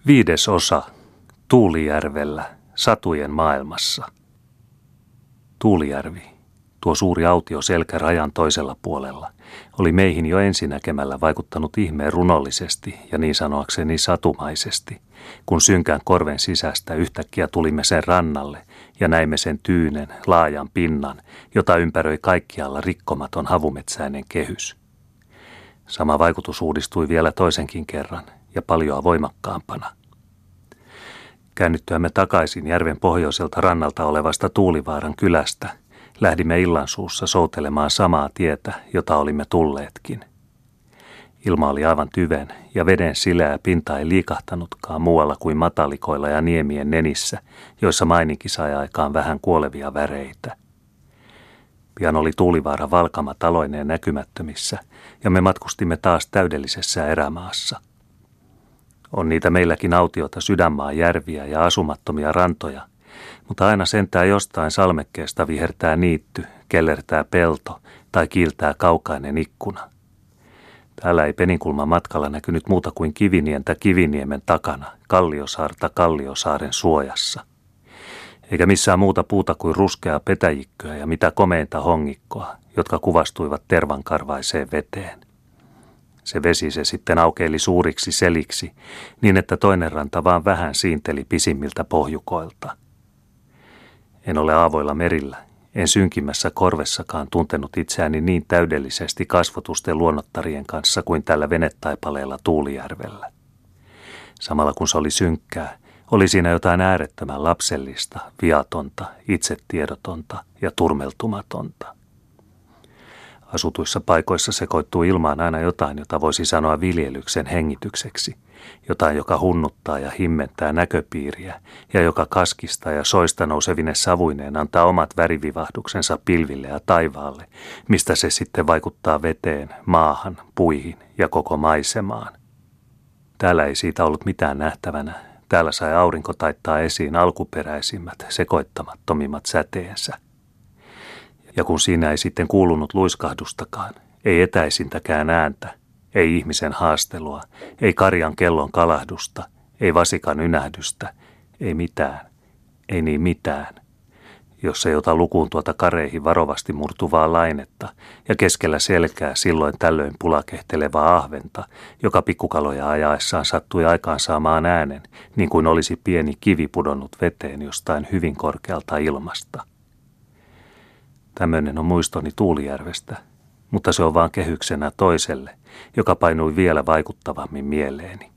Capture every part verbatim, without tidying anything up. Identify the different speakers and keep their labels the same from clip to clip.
Speaker 1: Viides osa. Tuulijärvellä, satujen maailmassa. Tuulijärvi, tuo suuri autio selkä rajan toisella puolella, oli meihin jo ensinäkemällä vaikuttanut ihmeen runollisesti ja niin sanoakseni satumaisesti, kun synkän korven sisästä yhtäkkiä tulimme sen rannalle ja näimme sen tyynen, laajan pinnan, jota ympäröi kaikkialla rikkomaton havumetsäinen kehys. Sama vaikutus uudistui vielä toisenkin kerran ja paljoa voimakkaampana. Käännyttyämme takaisin järven pohjoiselta rannalta olevasta Tuulivaaran kylästä, lähdimme illansuussa soutelemaan samaa tietä, jota olimme tulleetkin. Ilma oli aivan tyven ja veden sileä pinta ei liikahtanutkaan muualla kuin matalikoilla ja niemien nenissä, joissa maininki sai aikaan vähän kuolevia väreitä. Pian oli Tuulivaara valkama taloineen näkymättömissä ja me matkustimme taas täydellisessä erämaassa. On niitä meilläkin autiota sydänmaan järviä ja asumattomia rantoja, mutta aina sentään jostain salmekkeesta vihertää niitty, kellertää pelto tai kiiltää kaukainen ikkuna. Täällä ei Peninkulman matkalla näkynyt muuta kuin Kivinientä Kiviniemen takana, Kalliosaarta Kalliosaaren suojassa. Eikä missään muuta puuta kuin ruskeaa petäjikköä ja mitä komeinta hongikkoa, jotka kuvastuivat tervankarvaiseen veteen. Se vesi se sitten aukeili suuriksi seliksi, niin että toinen ranta vaan vähän siinteli pisimmiltä pohjukoilta. En ole aavoilla merillä, en synkimmässä korvessakaan tuntenut itseäni niin täydellisesti kasvotusten luonnottarien kanssa kuin tällä venetaipaleella Tuulijärvellä. Samalla kun se oli synkkää, oli siinä jotain äärettömän lapsellista, viatonta, itsetiedotonta ja turmeltumatonta. Asutuissa paikoissa sekoittuu ilmaan aina jotain, jota voisi sanoa viljelyksen hengitykseksi, jotain, joka hunnuttaa ja himmentää näköpiiriä ja joka kaskista ja soista nousevine savuineen antaa omat värivivahduksensa pilville ja taivaalle, mistä se sitten vaikuttaa veteen, maahan, puihin ja koko maisemaan. Täällä ei siitä ollut mitään nähtävänä. Täällä sai aurinko taittaa esiin alkuperäisimmät, sekoittamattomimmat säteensä. Ja kun siinä ei sitten kuulunut luiskahdustakaan, ei etäisintäkään ääntä, ei ihmisen haastelua, ei karjan kellon kalahdusta, ei vasikan ynähdystä, ei mitään, ei niin mitään, jos ei ota lukuun tuota kareihin varovasti murtuvaa lainetta ja keskellä selkää silloin tällöin pulakehtelevaa ahventa, joka pikkukaloja ajaessaan sattui aikaansaamaan äänen, niin kuin olisi pieni kivi pudonnut veteen jostain hyvin korkealta ilmasta. Tämmöinen on muistoni Tuulijärvestä, mutta se on vaan kehyksenä toiselle, joka painui vielä vaikuttavammin mieleeni.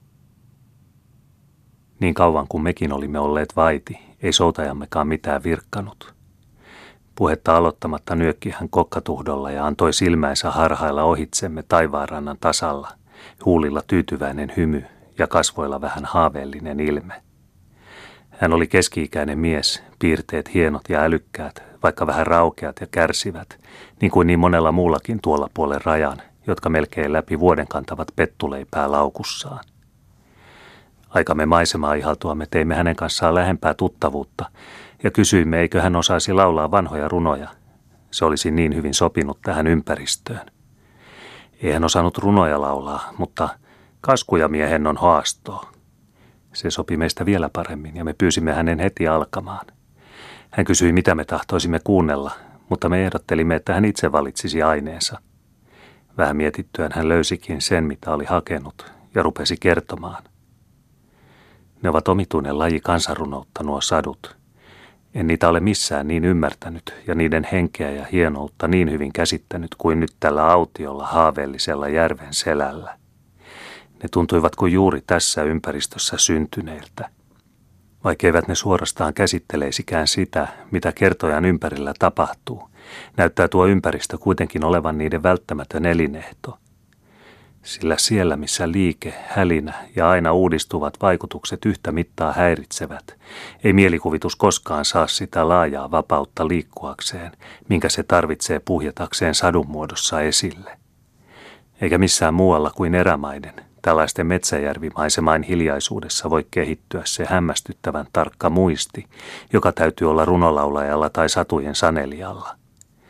Speaker 1: Niin kauan kuin mekin olimme olleet vaiti, ei soutajammekaan mitään virkkanut. Puhetta aloittamatta nyökki hän kokkatuhdolla ja antoi silmänsä harhailla ohitsemme taivaanrannan tasalla, huulilla tyytyväinen hymy ja kasvoilla vähän haaveellinen ilme. Hän oli keski-ikäinen mies, piirteet hienot ja älykkäät, vaikka vähän raukeat ja kärsivät, niin kuin niin monella muullakin tuolla puolen rajan, jotka melkein läpi vuoden kantavat pettuleipää laukussaan. Aikamme maisemaa ihaltuamme teimme hänen kanssaan lähempää tuttavuutta ja kysyimme, eikö hän osaisi laulaa vanhoja runoja. Se olisi niin hyvin sopinut tähän ympäristöön. Ei hän osannut runoja laulaa, mutta kaskuja miehen on haastoa. Se sopi meistä vielä paremmin ja me pyysimme hänen heti alkamaan. Hän kysyi, mitä me tahtoisimme kuunnella, mutta me ehdottelimme, että hän itse valitsisi aineensa. Vähän mietittyään hän löysikin sen, mitä oli hakenut, ja rupesi kertomaan. Ne ovat omituinen laji kansanrunoutta nuo sadut. En niitä ole missään niin ymmärtänyt ja niiden henkeä ja hienoutta niin hyvin käsittänyt kuin nyt tällä autiolla haaveellisella järven selällä. Ne tuntuivat kuin juuri tässä ympäristössä syntyneiltä. Vaikkeivät ne suorastaan käsitteleisikään sitä, mitä kertojan ympärillä tapahtuu, näyttää tuo ympäristö kuitenkin olevan niiden välttämätön elinehto. Sillä siellä, missä liike, hälinä ja aina uudistuvat vaikutukset yhtä mittaa häiritsevät, ei mielikuvitus koskaan saa sitä laajaa vapautta liikkuakseen, minkä se tarvitsee puhjatakseen sadun muodossa esille. Eikä missään muualla kuin erämaiden, tällaisten metsäjärvimaisemain hiljaisuudessa voi kehittyä se hämmästyttävän tarkka muisti, joka täytyy olla runolaulajalla tai satujen sanelijalla.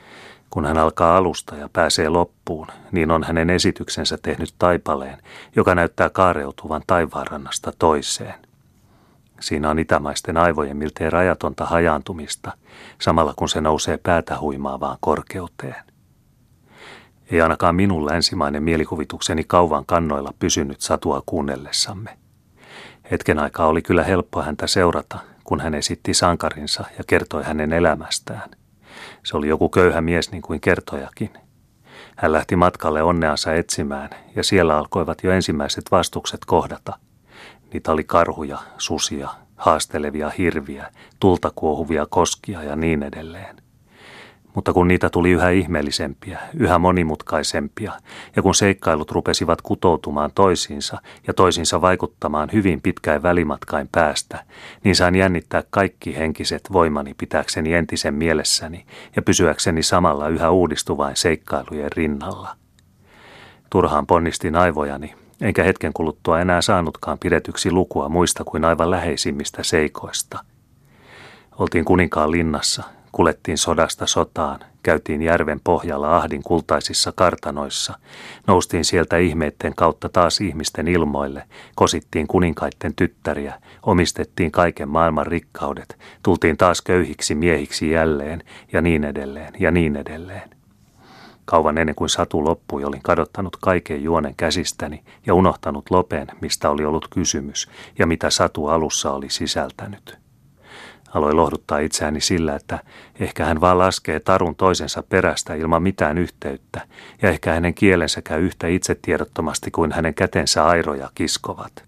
Speaker 1: Kun hän alkaa alusta ja pääsee loppuun, niin on hänen esityksensä tehnyt taipaleen, joka näyttää kaareutuvan taivaanrannasta toiseen. Siinä on itämaisten aivojen miltei rajatonta hajaantumista, samalla kun se nousee päätä huimaavaan korkeuteen. Ei ainakaan minun länsimainen mielikuvitukseni kauan kannoilla pysynyt satua kuunnellessamme. Hetken aikaa oli kyllä helppo häntä seurata, kun hän esitti sankarinsa ja kertoi hänen elämästään. Se oli joku köyhä mies niin kuin kertojakin. Hän lähti matkalle onneansa etsimään ja siellä alkoivat jo ensimmäiset vastukset kohdata. Niitä oli karhuja, susia, haastelevia hirviä, tulta kuohuvia koskia ja niin edelleen. Mutta kun niitä tuli yhä ihmeellisempiä, yhä monimutkaisempia, ja kun seikkailut rupesivat kutoutumaan toisiinsa ja toisiinsa vaikuttamaan hyvin pitkäin välimatkain päästä, niin sain jännittää kaikki henkiset voimani pitääkseni entisen mielessäni ja pysyäkseni samalla yhä uudistuvain seikkailujen rinnalla. Turhaan ponnistin aivojani, enkä hetken kuluttua enää saanutkaan pidetyksi lukua muista kuin aivan läheisimmistä seikoista. Oltiin kuninkaan linnassa. Kulettiin sodasta sotaan, käytiin järven pohjalla ahdin kultaisissa kartanoissa, noustiin sieltä ihmeitten kautta taas ihmisten ilmoille, kosittiin kuninkaitten tyttäriä, omistettiin kaiken maailman rikkaudet, tultiin taas köyhiksi miehiksi jälleen ja niin edelleen ja niin edelleen. Kauan ennen kuin satu loppui, olin kadottanut kaiken juonen käsistäni ja unohtanut lopen, mistä oli ollut kysymys ja mitä satu alussa oli sisältänyt. Aloin lohduttaa itseäni sillä, että ehkä hän vaan laskee tarun toisensa perästä ilman mitään yhteyttä, ja ehkä hänen kielensä käy yhtä itsetiedottomasti kuin hänen kätensä airoja kiskovat.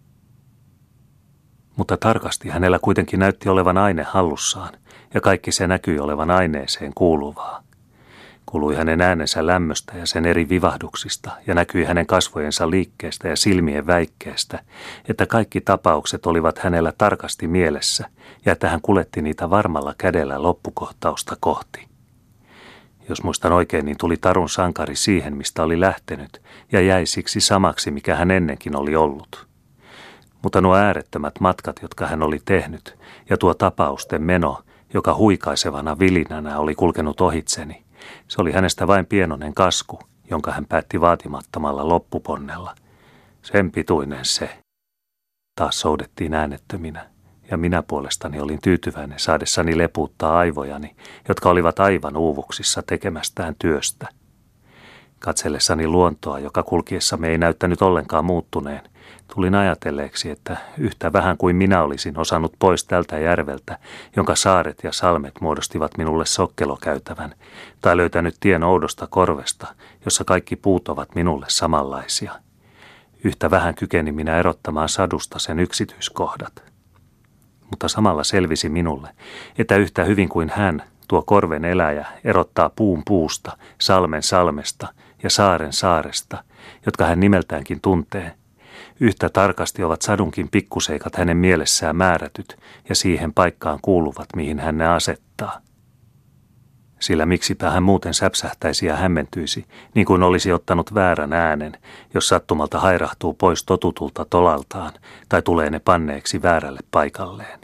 Speaker 1: Mutta tarkasti hänellä kuitenkin näytti olevan aine hallussaan, ja kaikki se näkyi olevan aineeseen kuuluvaa. Kuului hänen äänensä lämmöstä ja sen eri vivahduksista, ja näkyi hänen kasvojensa liikkeestä ja silmien väikkeestä, että kaikki tapaukset olivat hänellä tarkasti mielessä, ja että hän kuletti niitä varmalla kädellä loppukohtausta kohti. Jos muistan oikein, niin tuli tarun sankari siihen, mistä oli lähtenyt, ja jäi siksi samaksi, mikä hän ennenkin oli ollut. Mutta nuo äärettömät matkat, jotka hän oli tehnyt, ja tuo tapausten meno, joka huikaisevana vilinänä oli kulkenut ohitseni, se oli hänestä vain pienoinen kasku, jonka hän päätti vaatimattomalla loppuponnella. Sen pituinen se. Taas soudettiin äänettöminä, ja minä puolestani olin tyytyväinen saadessani leputtaa aivojani, jotka olivat aivan uuvuksissa tekemästään työstä. Katsellessani luontoa, joka kulkiessamme ei näyttänyt ollenkaan muuttuneen, tulin ajatelleeksi, että yhtä vähän kuin minä olisin osannut pois tältä järveltä, jonka saaret ja salmet muodostivat minulle sokkelokäytävän, tai löytänyt tien oudosta korvesta, jossa kaikki puut ovat minulle samanlaisia. Yhtä vähän kykeni minä erottamaan sadusta sen yksityiskohdat. Mutta samalla selvisi minulle, että yhtä hyvin kuin hän, tuo korven eläjä, erottaa puun puusta, salmen salmesta ja saaren saaresta, jotka hän nimeltäänkin tuntee, yhtä tarkasti ovat sadunkin pikkuseikat hänen mielessään määrätyt ja siihen paikkaan kuuluvat, mihin hän ne asettaa. Sillä miksipä hän muuten säpsähtäisi ja hämmentyisi, niin kuin olisi ottanut väärän äänen, jos sattumalta hairahtuu pois totutulta tolaltaan tai tulee ne panneeksi väärälle paikalleen.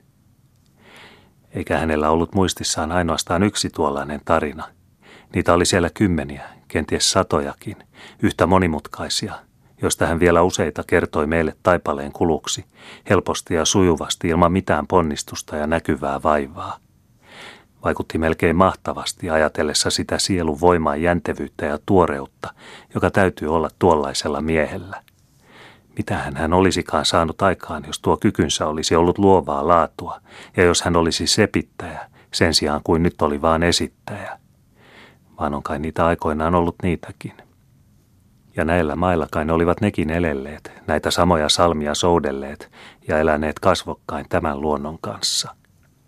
Speaker 1: Eikä hänellä ollut muistissaan ainoastaan yksi tuollainen tarina. Niitä oli siellä kymmeniä, kenties satojakin, yhtä monimutkaisia, josta hän vielä useita kertoi meille taipaleen kuluksi, helposti ja sujuvasti ilman mitään ponnistusta ja näkyvää vaivaa. Vaikutti melkein mahtavasti ajatellessa sitä sielun voimaa, jäntevyyttä ja tuoreutta, joka täytyy olla tuollaisella miehellä. Mitähän hän olisikaan saanut aikaan, jos tuo kykynsä olisi ollut luovaa laatua, ja jos hän olisi sepittäjä, sen sijaan kuin nyt oli vaan esittäjä. Vaan on kai niitä aikoinaan ollut niitäkin. Ja näillä mailla kai ne olivat nekin elelleet, näitä samoja salmia soudelleet ja eläneet kasvokkain tämän luonnon kanssa.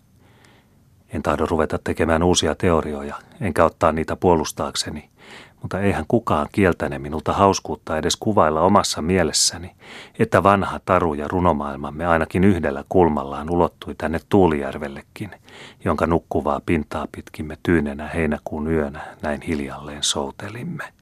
Speaker 1: En tahdo ruveta tekemään uusia teorioja, enkä ottaa niitä puolustaakseni, mutta eihän kukaan kieltäne minulta hauskuutta edes kuvailla omassa mielessäni, että vanha taru ja runomaailmamme ainakin yhdellä kulmallaan ulottui tänne Tuulijärvellekin, jonka nukkuvaa pintaa pitkin me tyynenä heinäkuun yönä näin hiljalleen soutelimme.